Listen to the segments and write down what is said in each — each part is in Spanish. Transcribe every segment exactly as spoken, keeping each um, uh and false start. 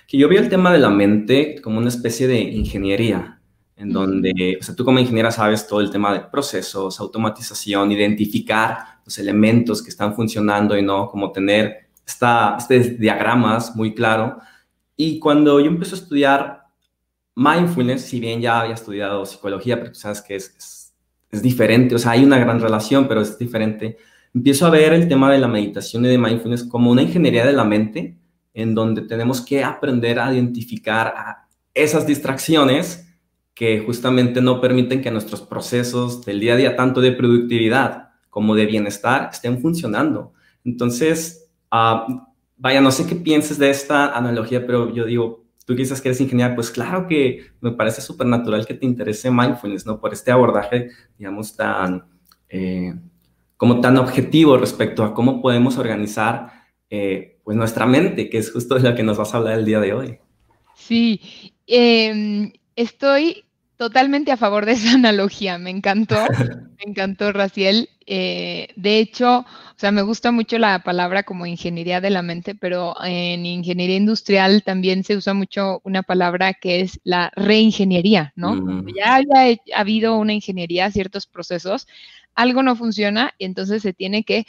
Que yo veo el tema de la mente como una especie de ingeniería, en Ujú. donde, o sea, tú como ingeniera sabes todo el tema de procesos, automatización, identificar los elementos que están funcionando y no como tener esta, este diagramas muy claro. Y cuando yo empecé a estudiar mindfulness, si bien ya había estudiado psicología, pero tú sabes que es, es, es diferente, o sea, hay una gran relación, pero es diferente. Empiezo a ver el tema de la meditación y de mindfulness como una ingeniería de la mente, en donde tenemos que aprender a identificar a esas distracciones que justamente no permiten que nuestros procesos del día a día, tanto de productividad como de bienestar, estén funcionando. Entonces, uh, vaya, no sé qué pienses de esta analogía, pero yo digo, tú que dices que eres ingeniera, pues claro que me parece súper natural que te interese mindfulness, ¿no? Por este abordaje, digamos, tan, eh, como tan objetivo respecto a cómo podemos organizar, eh, pues, nuestra mente, que es justo de lo que nos vas a hablar el día de hoy. Sí, em, estoy totalmente a favor de esa analogía, me encantó, me encantó, Raciel. Eh, de hecho, o sea, me gusta mucho la palabra como ingeniería de la mente, pero en ingeniería industrial también se usa mucho una palabra que es la reingeniería, ¿no? Cuando Mm, ya haya he- habido una ingeniería, ciertos procesos, algo no funciona y entonces se tiene que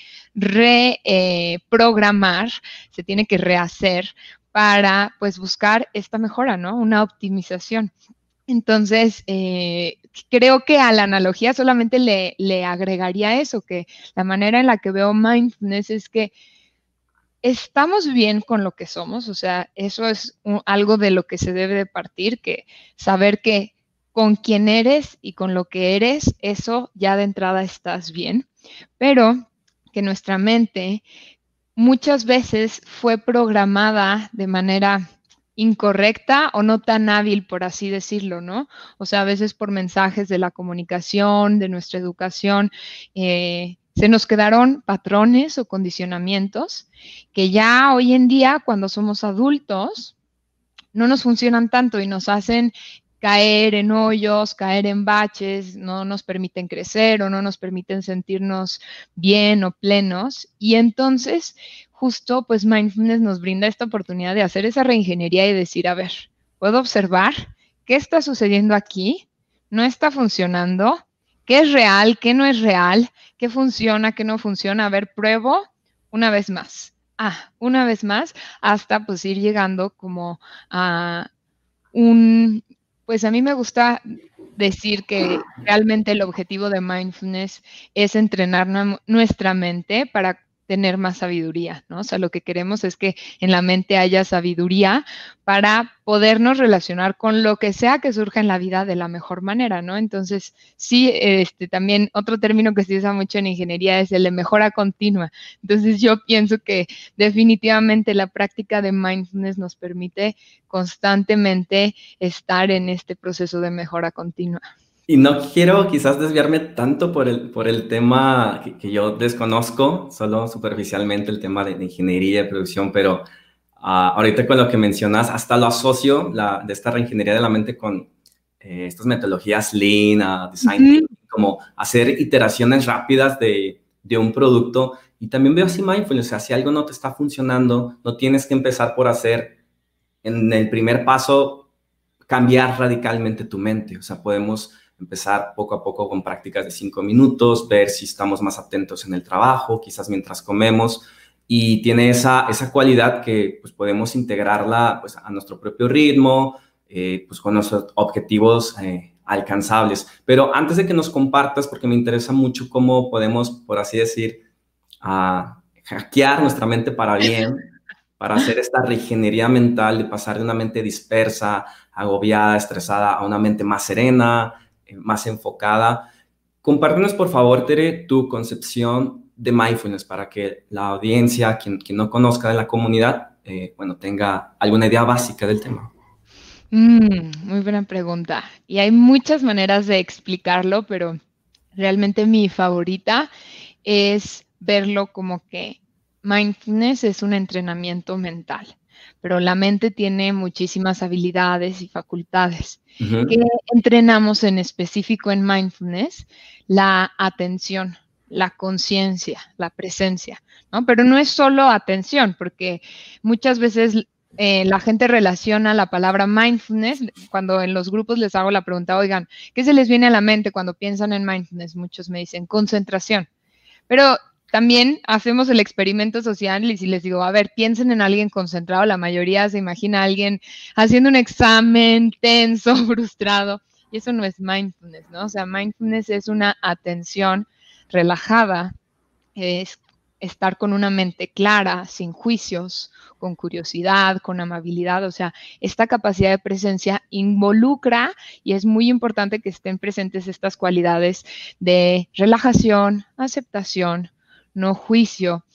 reprogramar, se tiene que rehacer para pues buscar esta mejora, ¿no? Una optimización. Entonces, eh, creo que a la analogía solamente le, le agregaría eso, que la manera en la que veo mindfulness es que estamos bien con lo que somos, o sea, eso es un, algo de lo que se debe de partir, que saber que con quien eres y con lo que eres, eso ya de entrada estás bien, pero que nuestra mente muchas veces fue programada de manera incorrecta o no tan hábil, por así decirlo, ¿no? O sea, a veces por mensajes de la comunicación, de nuestra educación, eh, se nos quedaron patrones o condicionamientos que ya hoy en día, cuando somos adultos, no nos funcionan tanto y nos hacen caer en hoyos, caer en baches, no nos permiten crecer o no nos permiten sentirnos bien o plenos. Y entonces, justo, pues mindfulness nos brinda esta oportunidad de hacer esa reingeniería y decir, a ver, puedo observar qué está sucediendo aquí, no está funcionando, qué es real, qué no es real, qué funciona, qué no funciona. A ver, pruebo una vez más. Ah, una vez más, hasta pues ir llegando como a un, pues a mí me gusta decir que realmente el objetivo de mindfulness es entrenar nu- nuestra mente para tener más sabiduría, ¿no? O sea, lo que queremos es que en la mente haya sabiduría para podernos relacionar con lo que sea que surja en la vida de la mejor manera, ¿no? Entonces, sí, este también otro término que se usa mucho en ingeniería es el de mejora continua. Entonces, yo pienso que definitivamente la práctica de mindfulness nos permite constantemente estar en este proceso de mejora continua. Y no quiero quizás desviarme tanto por el, por el tema que, que yo desconozco, solo superficialmente el tema de, de ingeniería de producción, pero ah, ahorita con lo que mencionas, hasta lo asocio la, de esta reingeniería de la mente con eh, estas metodologías Lean, ah, Design Ujú. Thinking, como hacer iteraciones rápidas de, de un producto. Y también veo así mindfulness, o sea, si algo no te está funcionando, no tienes que empezar por hacer en el primer paso cambiar radicalmente tu mente. O sea, podemos empezar poco a poco con prácticas de cinco minutos, ver si estamos más atentos en el trabajo, quizás mientras comemos, y tiene esa, esa cualidad que pues, podemos integrarla pues, a nuestro propio ritmo, eh, pues con nuestros objetivos eh, alcanzables. Pero antes de que nos compartas, porque me interesa mucho cómo podemos, por así decir, uh, hackear nuestra mente para bien, para hacer esta regenería mental de pasar de una mente dispersa, agobiada, estresada, a una mente más serena, eh, más enfocada. Compártenos, por favor, Tere, tu concepción de mindfulness para que la audiencia, quien, quien no conozca de la comunidad, eh, bueno, tenga alguna idea básica del tema. Mm, muy buena pregunta. Y hay muchas maneras de explicarlo, pero realmente mi favorita es verlo como que mindfulness es un entrenamiento mental, pero la mente tiene muchísimas habilidades y facultades. Uh -huh. ¿Qué entrenamos en específico en mindfulness? La atención, la conciencia, la presencia, ¿no? Pero no es solo atención, porque muchas veces eh, la gente relaciona la palabra mindfulness, cuando en los grupos les hago la pregunta, oigan, ¿qué se les viene a la mente cuando piensan en mindfulness? Muchos me dicen concentración, pero también hacemos el experimento social y si les digo, a ver, piensen en alguien concentrado, la mayoría se imagina a alguien haciendo un examen tenso, frustrado, y eso no es mindfulness, ¿no? O sea, mindfulness es una atención relajada, es estar con una mente clara, sin juicios, con curiosidad, con amabilidad, o sea, esta capacidad de presencia involucra y es muy importante que estén presentes estas cualidades de relajación, aceptación, no juicio.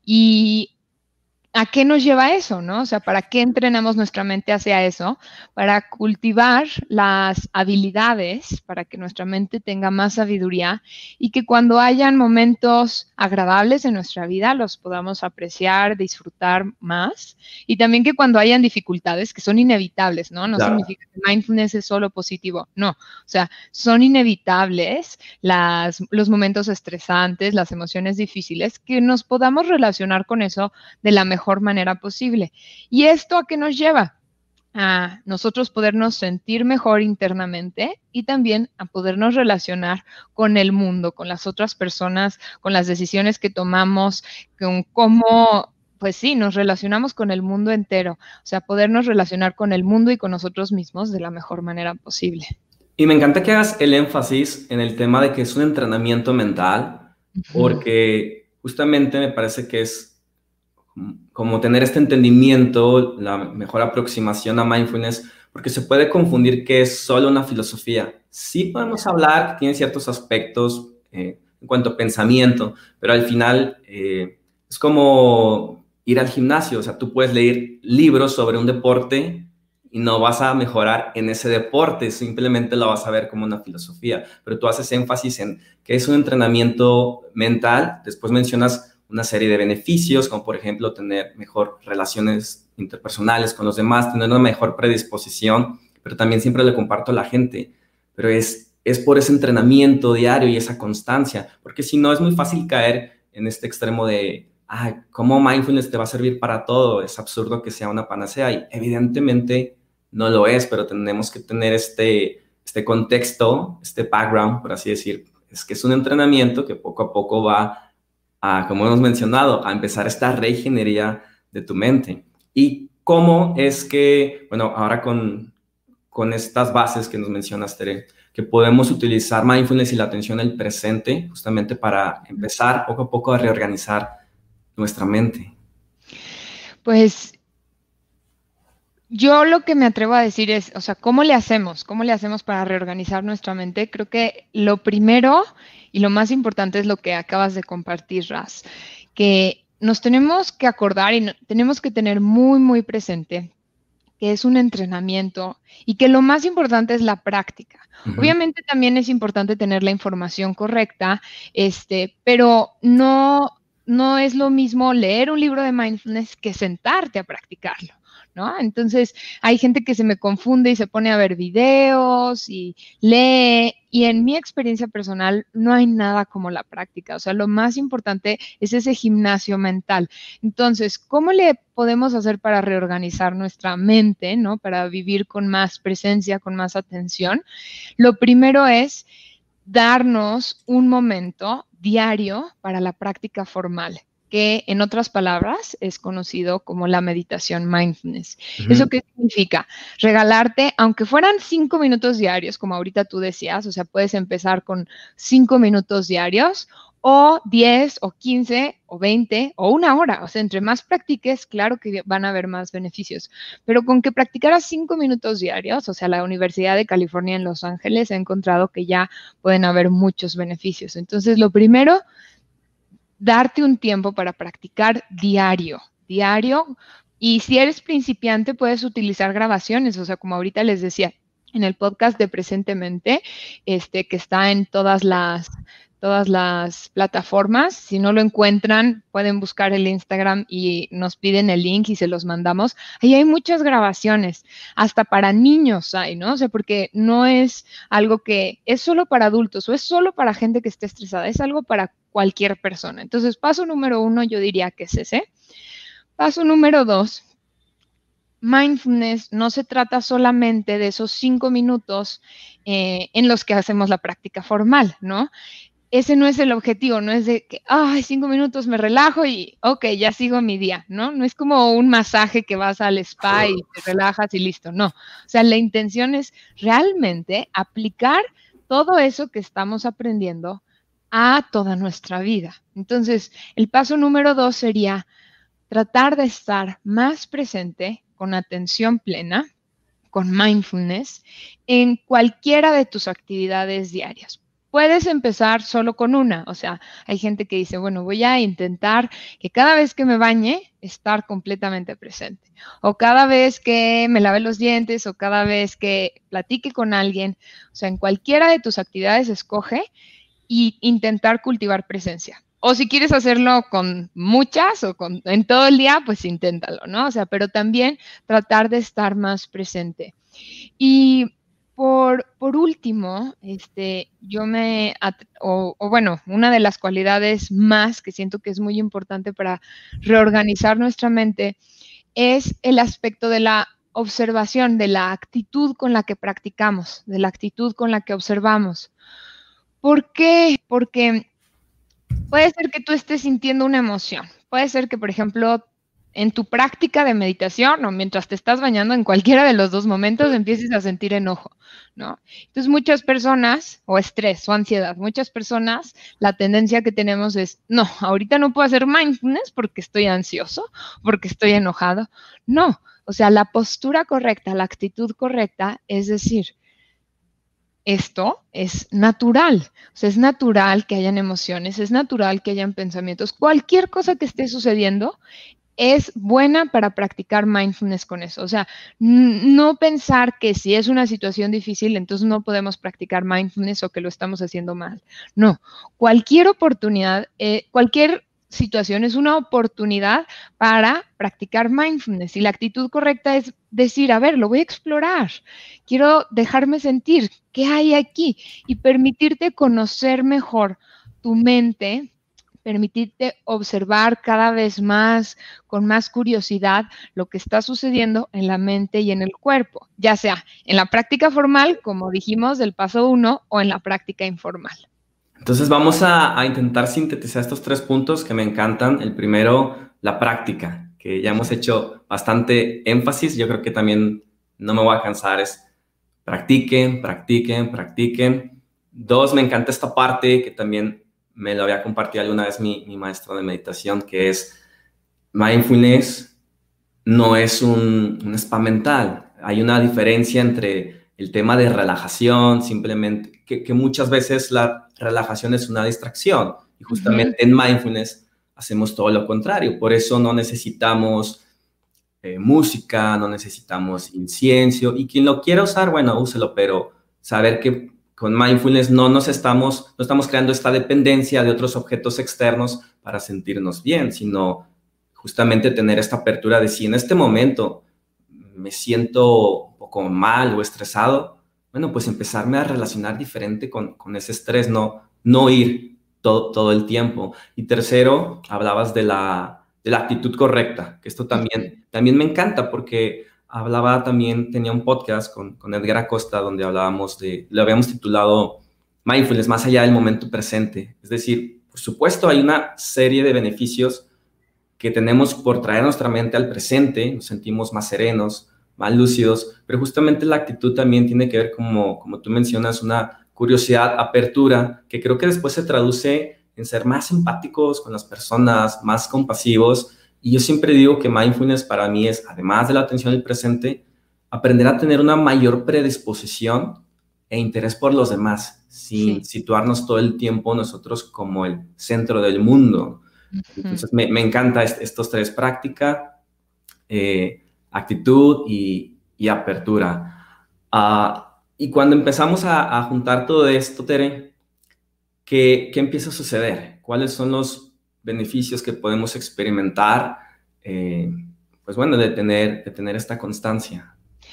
¿Y a qué nos lleva eso, no? O sea, ¿para qué entrenamos nuestra mente hacia eso? Para cultivar las habilidades, para que nuestra mente tenga más sabiduría y que cuando hayan momentos agradables en nuestra vida los podamos apreciar, disfrutar más. Y también que cuando hayan dificultades, que son inevitables, ¿no? No Claro. significa que mindfulness es solo positivo, no. O sea, son inevitables las, los momentos estresantes, las emociones difíciles, que nos podamos relacionar con eso de la mejor manera posible. ¿Y esto a qué nos lleva? A nosotros podernos sentir mejor internamente y también a podernos relacionar con el mundo, con las otras personas, con las decisiones que tomamos, con cómo, pues sí, nos relacionamos con el mundo entero. O sea, podernos relacionar con el mundo y con nosotros mismos de la mejor manera posible. Y me encanta que hagas el énfasis en el tema de que es un entrenamiento mental, porque justamente me parece que es como tener este entendimiento, la mejor aproximación a mindfulness, porque se puede confundir que es solo una filosofía. Sí podemos hablar que tiene ciertos aspectos eh, en cuanto a pensamiento, pero al final eh, es como ir al gimnasio, o sea, tú puedes leer libros sobre un deporte y no vas a mejorar en ese deporte, simplemente lo vas a ver como una filosofía, pero tú haces énfasis en que es un entrenamiento mental, después mencionas una serie de beneficios, como por ejemplo tener mejor relaciones interpersonales con los demás, tener una mejor predisposición, pero también siempre le comparto a la gente, pero es, es por ese entrenamiento diario y esa constancia, porque si no es muy fácil caer en este extremo de, ah, ¿cómo mindfulness te va a servir para todo? Es absurdo que sea una panacea y evidentemente no lo es, pero tenemos que tener este, este contexto, este background, por así decir, es que es un entrenamiento que poco a poco va a, como hemos mencionado, a empezar esta reingeniería de tu mente. ¿Y cómo es que, bueno, ahora con, con estas bases que nos mencionas, Tere, que podemos utilizar mindfulness y la atención al presente justamente para empezar poco a poco a reorganizar nuestra mente? Pues yo lo que me atrevo a decir es, o sea, ¿cómo le hacemos? ¿Cómo le hacemos para reorganizar nuestra mente? Creo que lo primero y lo más importante es lo que acabas de compartir, Raz, que nos tenemos que acordar y no, tenemos que tener muy, muy presente que es un entrenamiento y que lo más importante es la práctica. Uh-huh. Obviamente también es importante tener la información correcta, este, pero no, no es lo mismo leer un libro de mindfulness que sentarte a practicarlo, ¿no? Entonces, hay gente que se me confunde y se pone a ver videos y lee, y en mi experiencia personal no hay nada como la práctica. O sea, lo más importante es ese gimnasio mental. Entonces, ¿cómo le podemos hacer para reorganizar nuestra mente, ¿no? Para vivir con más presencia, con más atención? Lo primero es darnos un momento diario para la práctica formal, que en otras palabras es conocido como la meditación mindfulness. Uh-huh. ¿Eso qué significa? Regalarte, aunque fueran cinco minutos diarios, como ahorita tú decías, o sea, puedes empezar con cinco minutos diarios, o diez, o quince, o veinte, o una hora. O sea, entre más practiques, claro que van a haber más beneficios. Pero con que practicaras cinco minutos diarios, o sea, la Universidad de California en Los Ángeles ha encontrado que ya pueden haber muchos beneficios. Entonces, lo primero, darte un tiempo para practicar diario, diario. Y si eres principiante, puedes utilizar grabaciones, o sea, como ahorita les decía, en el podcast de Presentemente, este, que está en todas las, todas las plataformas. Si no lo encuentran, pueden buscar el Instagram y nos piden el link y se los mandamos. Ahí hay muchas grabaciones, hasta para niños hay, ¿no? O sea, porque no es algo que es solo para adultos o es solo para gente que esté estresada, es algo para cualquier persona. Entonces, paso número uno, yo diría que es ese. Paso número dos, mindfulness no se trata solamente de esos cinco minutos eh, en los que hacemos la práctica formal, ¿no? Ese no es el objetivo, no es de que, ay, cinco minutos me relajo y, ok, ya sigo mi día, ¿no? No es como un masaje que vas al spa y te relajas y listo, no. O sea, la intención es realmente aplicar todo eso que estamos aprendiendo a toda nuestra vida. Entonces, el paso número dos sería tratar de estar más presente, con atención plena, con mindfulness, en cualquiera de tus actividades diarias. Puedes empezar solo con una, o sea, hay gente que dice, bueno, voy a intentar que cada vez que me bañe, estar completamente presente, o cada vez que me lave los dientes, o cada vez que platique con alguien, o sea, en cualquiera de tus actividades escoge y intentar cultivar presencia. O si quieres hacerlo con muchas o con, en todo el día, pues inténtalo, ¿no? O sea, pero también tratar de estar más presente. Y por, por último, este, yo me, o, o bueno, una de las cualidades más que siento que es muy importante para reorganizar nuestra mente es el aspecto de la observación, de la actitud con la que practicamos, de la actitud con la que observamos. ¿Por qué? Porque puede ser que tú estés sintiendo una emoción. Puede ser que, por ejemplo, en tu práctica de meditación o mientras te estás bañando, en cualquiera de los dos momentos empieces a sentir enojo, ¿no? Entonces, muchas personas, o estrés o ansiedad, muchas personas, la tendencia que tenemos es, no, ahorita no puedo hacer mindfulness porque estoy ansioso, porque estoy enojado. No, o sea, la postura correcta, la actitud correcta, es decir, esto es natural, o sea, es natural que hayan emociones, es natural que hayan pensamientos, cualquier cosa que esté sucediendo es buena para practicar mindfulness con eso. O sea, no pensar que si es una situación difícil, entonces no podemos practicar mindfulness o que lo estamos haciendo mal. No, cualquier oportunidad, eh, cualquier situación es una oportunidad para practicar mindfulness y la actitud correcta es decir, a ver, lo voy a explorar, quiero dejarme sentir qué hay aquí y permitirte conocer mejor tu mente, permitirte observar cada vez más, con más curiosidad, lo que está sucediendo en la mente y en el cuerpo, ya sea en la práctica formal, como dijimos del paso uno, o en la práctica informal. Entonces vamos a, a intentar sintetizar estos tres puntos que me encantan. El primero, la práctica, que ya hemos hecho bastante énfasis. Yo creo que también no me voy a cansar, es practiquen, practiquen, practiquen. Dos, me encanta esta parte que también me lo había compartido alguna vez mi, mi maestro de meditación, que es mindfulness no es un, un spa mental. Hay una diferencia entre el tema de relajación, simplemente, que, que muchas veces la relajación es una distracción y justamente uh-huh. en mindfulness hacemos todo lo contrario. Por eso no necesitamos eh, música, no necesitamos incienso y quien lo quiera usar, bueno, úselo, pero saber que con mindfulness no nos estamos, no estamos creando esta dependencia de otros objetos externos para sentirnos bien, sino justamente tener esta apertura de si en este momento me siento un poco mal o estresado, bueno, pues empezarme a relacionar diferente con, con ese estrés, no, no ir todo, todo el tiempo. Y tercero, hablabas de la, de la actitud correcta, que esto también, también me encanta porque hablaba también, tenía un podcast con, con Edgar Acosta donde hablábamos de, lo habíamos titulado Mindfulness, más allá del momento presente. Es decir, por supuesto hay una serie de beneficios que tenemos por traer nuestra mente al presente, nos sentimos más serenos, más lúcidos, pero justamente la actitud también tiene que ver, como, como tú mencionas, una curiosidad, apertura, que creo que después se traduce en ser más empáticos con las personas, más compasivos. Y yo siempre digo que mindfulness para mí es, además de la atención al presente, aprender a tener una mayor predisposición e interés por los demás, sin sí. situarnos todo el tiempo nosotros como el centro del mundo. Entonces, me, me encanta est- estos tres, práctica, eh, actitud y, y apertura. Uh, y cuando empezamos a, a juntar todo esto, Tere, ¿qué, ¿qué empieza a suceder? ¿Cuáles son los beneficios que podemos experimentar? Eh, pues bueno, de tener, de tener esta constancia.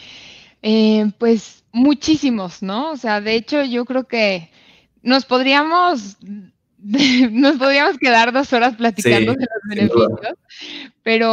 Eh, pues muchísimos, ¿no? O sea, de hecho, yo creo que nos podríamos... Nos podríamos quedar dos horas platicando sí, de los beneficios, pero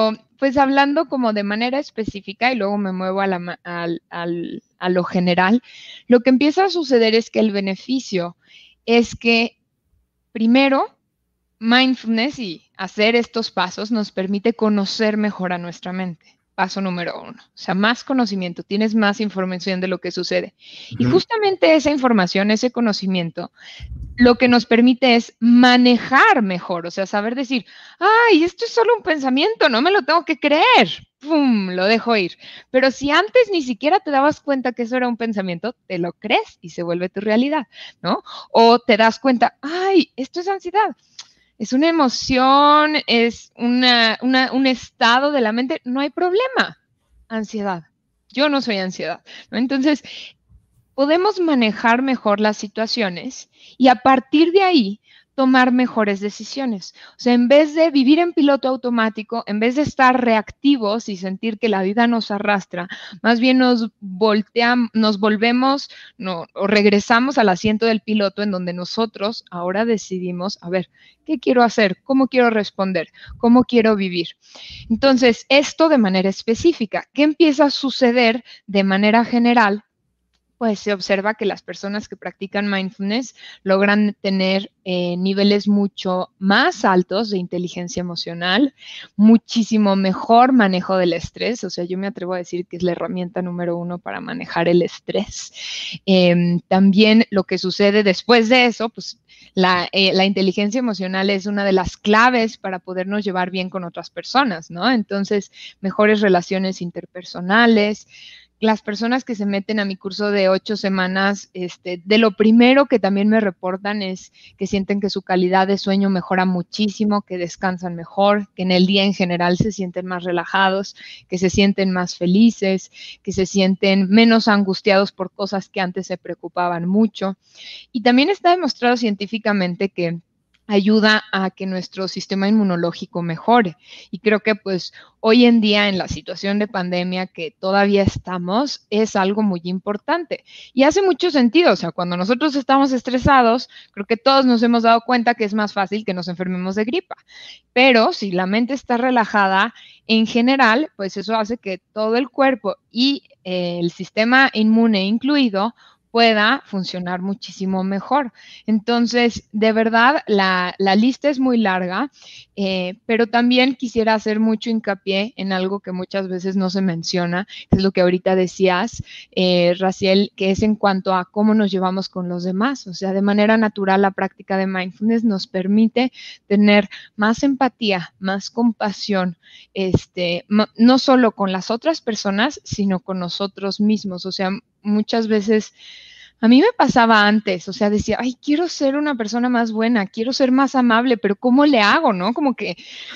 pues hablando como de manera específica y luego me muevo a, la, al, al, a lo general, lo que empieza a suceder es que el beneficio es que primero, mindfulness y hacer estos pasos nos permite conocer mejor a nuestra mente. Paso número uno. O sea, más conocimiento, tienes más información de lo que sucede. Uh-huh. Y justamente esa información, ese conocimiento, lo que nos permite es manejar mejor, o sea, saber decir, ay, esto es solo un pensamiento, no me lo tengo que creer, ¡pum!, lo dejo ir. Pero si antes ni siquiera te dabas cuenta que eso era un pensamiento, te lo crees y se vuelve tu realidad, ¿no? O te das cuenta, ay, esto es ansiedad, es una emoción, es una, una, un estado de la mente, no hay problema, ansiedad. Yo no soy ansiedad, ¿no? Entonces, podemos manejar mejor las situaciones y a partir de ahí tomar mejores decisiones. O sea, en vez de vivir en piloto automático, en vez de estar reactivos y sentir que la vida nos arrastra, más bien nos volteamos, nos volvemos no, o regresamos al asiento del piloto en donde nosotros ahora decidimos, a ver, ¿qué quiero hacer? ¿Cómo quiero responder? ¿Cómo quiero vivir? Entonces, esto de manera específica, ¿qué empieza a suceder de manera general? Pues se observa que las personas que practican mindfulness logran tener eh, niveles mucho más altos de inteligencia emocional, muchísimo mejor manejo del estrés. O sea, yo me atrevo a decir que es la herramienta número uno para manejar el estrés. Eh, también lo que sucede después de eso, pues la, eh, la inteligencia emocional es una de las claves para podernos llevar bien con otras personas, ¿no? Entonces, mejores relaciones interpersonales. Las personas que se meten a mi curso de ocho semanas, este, de lo primero que también me reportan es que sienten que su calidad de sueño mejora muchísimo, que descansan mejor, que en el día en general se sienten más relajados, que se sienten más felices, que se sienten menos angustiados por cosas que antes se preocupaban mucho. Y también está demostrado científicamente que ayuda a que nuestro sistema inmunológico mejore. Y creo que pues hoy en día en la situación de pandemia que todavía estamos es algo muy importante. Y hace mucho sentido, o sea, cuando nosotros estamos estresados, creo que todos nos hemos dado cuenta que es más fácil que nos enfermemos de gripa. Pero si la mente está relajada, en general, pues eso hace que todo el cuerpo y eh, el sistema inmune incluido pueda funcionar muchísimo mejor. Entonces, de verdad, la, la lista es muy larga, eh, pero también quisiera hacer mucho hincapié en algo que muchas veces no se menciona, que es lo que ahorita decías, eh, Raciel, que es en cuanto a cómo nos llevamos con los demás. O sea, de manera natural, la práctica de mindfulness nos permite tener más empatía, más compasión, este, no solo con las otras personas, sino con nosotros mismos. O sea, muchas veces a mí me pasaba antes, o sea, decía, ay, quiero ser una persona más buena, quiero ser más amable, pero ¿cómo le hago, no? Como que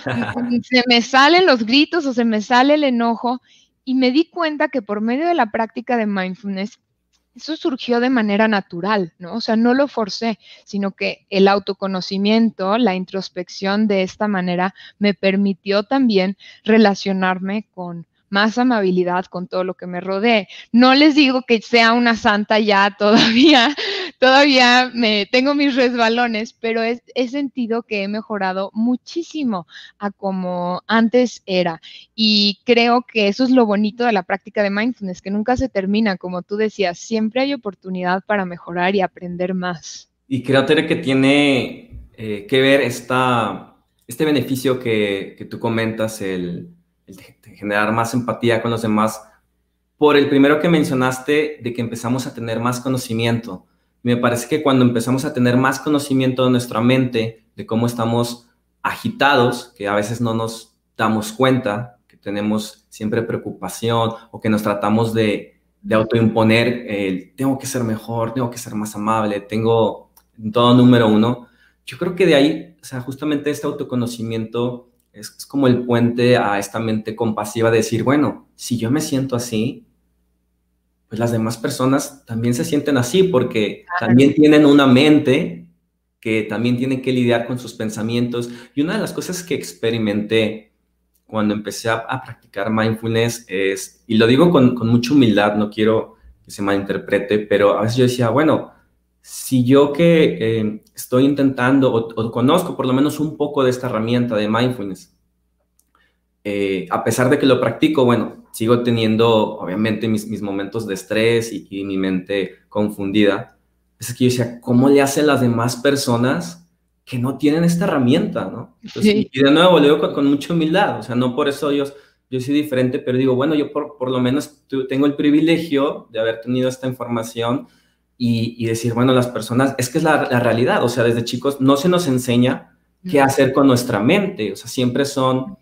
se me salen los gritos o se me sale el enojo y me di cuenta que por medio de la práctica de mindfulness, eso surgió de manera natural, ¿no? O sea, no lo forcé, sino que el autoconocimiento, la introspección de esta manera me permitió también relacionarme con más amabilidad con todo lo que me rodee. No les digo que sea una santa ya todavía, todavía me tengo mis resbalones, pero es, he sentido que he mejorado muchísimo a como antes era. Y creo que eso es lo bonito de la práctica de mindfulness, que nunca se termina, como tú decías, siempre hay oportunidad para mejorar y aprender más. Y creo, Tere, que tiene eh, que ver esta, este beneficio que, que tú comentas, el el de generar más empatía con los demás, por el primero que mencionaste, de que empezamos a tener más conocimiento. Me parece que cuando empezamos a tener más conocimiento de nuestra mente, de cómo estamos agitados, que a veces no nos damos cuenta, que tenemos siempre preocupación o que nos tratamos de, de autoimponer, el tengo que ser mejor, tengo que ser más amable, tengo todo número uno. Yo creo que de ahí, o sea, justamente este autoconocimiento es, es como el puente a esta mente compasiva de decir, bueno, si yo me siento así, pues las demás personas también se sienten así porque claro, también tienen una mente que también tiene que lidiar con sus pensamientos. Y una de las cosas que experimenté cuando empecé a, a practicar mindfulness es, y lo digo con, con mucha humildad, no quiero que se malinterprete, pero a veces yo decía, bueno, si yo que eh, estoy intentando o, o conozco por lo menos un poco de esta herramienta de mindfulness, eh, a pesar de que lo practico, bueno, sigo teniendo obviamente mis, mis momentos de estrés y, y mi mente confundida. Es que yo decía, ¿cómo le hacen las demás personas que no tienen esta herramienta, ¿no? Entonces, y, Sí. y de nuevo, lo digo con, con mucha humildad, o sea, no por eso yo, yo soy diferente, pero digo, bueno, yo por, por lo menos tu- tengo el privilegio de haber tenido esta información y, y decir, bueno, las personas, es que es la, la realidad, o sea, desde chicos no se nos enseña qué No. hacer con nuestra mente, o sea, siempre son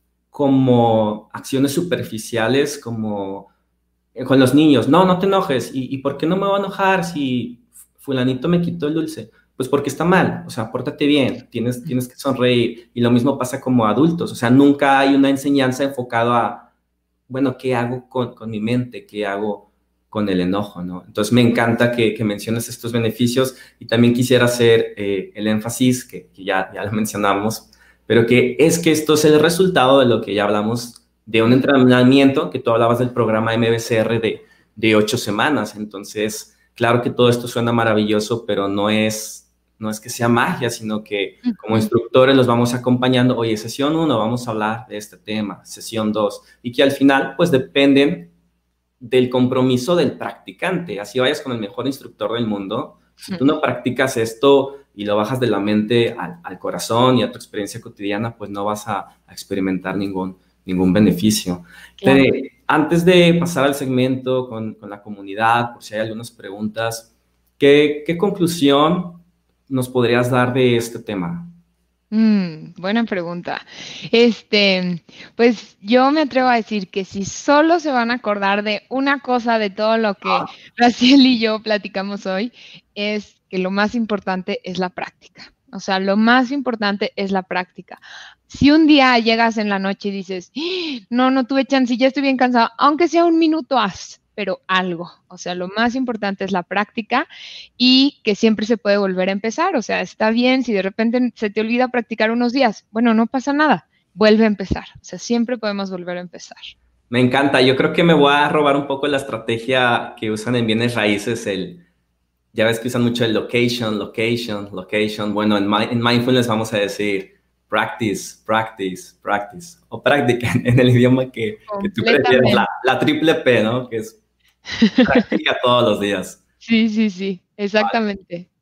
como acciones superficiales, como eh, con los niños, no, no te enojes, ¿y, y por qué no me voy a enojar si fulanito me quitó el dulce? Pues porque está mal, o sea, pórtate bien, tienes, tienes que sonreír, y lo mismo pasa como adultos, o sea, nunca hay una enseñanza enfocada a, bueno, ¿qué hago con, con mi mente? ¿Qué hago con el enojo? ¿No? Entonces me encanta que, que menciones estos beneficios y también quisiera hacer eh, el énfasis, que, que ya, ya lo mencionamos, pero que es que esto es el resultado de lo que ya hablamos de un entrenamiento, que tú hablabas del programa M B C R de, de ocho semanas. Entonces, claro que todo esto suena maravilloso, pero no es, no es que sea magia, sino que como Ujú. instructores los vamos acompañando. Oye, sesión uno, vamos a hablar de este tema, sesión dos, y que al final, pues dependen del compromiso del practicante. Así vayas con el mejor instructor del mundo. Si tú no practicas esto y lo bajas de la mente al, al corazón y a tu experiencia cotidiana, pues no vas a, a experimentar ningún, ningún beneficio. Claro. Tere, antes de pasar al segmento con, con la comunidad, por si hay algunas preguntas, ¿qué, qué conclusión nos podrías dar de este tema? Mm, buena pregunta. Este, pues yo me atrevo a decir que si solo se van a acordar de una cosa de todo lo que Raciel y yo platicamos hoy, es que lo más importante es la práctica. O sea, lo más importante es la práctica. Si un día llegas en la noche y dices, "Ah, no, no tuve chance, ya estoy bien cansado", aunque sea un minuto, haz, pero algo. O sea, lo más importante es la práctica y que siempre se puede volver a empezar. O sea, está bien si de repente se te olvida practicar unos días. Bueno, no pasa nada. Vuelve a empezar. O sea, siempre podemos volver a empezar. Me encanta. Yo creo que me voy a robar un poco la estrategia que usan en bienes raíces, el ya ves que usan mucho el location, location, location. Bueno, en, mi- en mindfulness vamos a decir practice, practice, practice. O práctica en el idioma que, que tú prefieras. La, Completamente. la triple P, ¿no? Que es práctica todos los días. Sí, sí, sí, Vale. exactamente.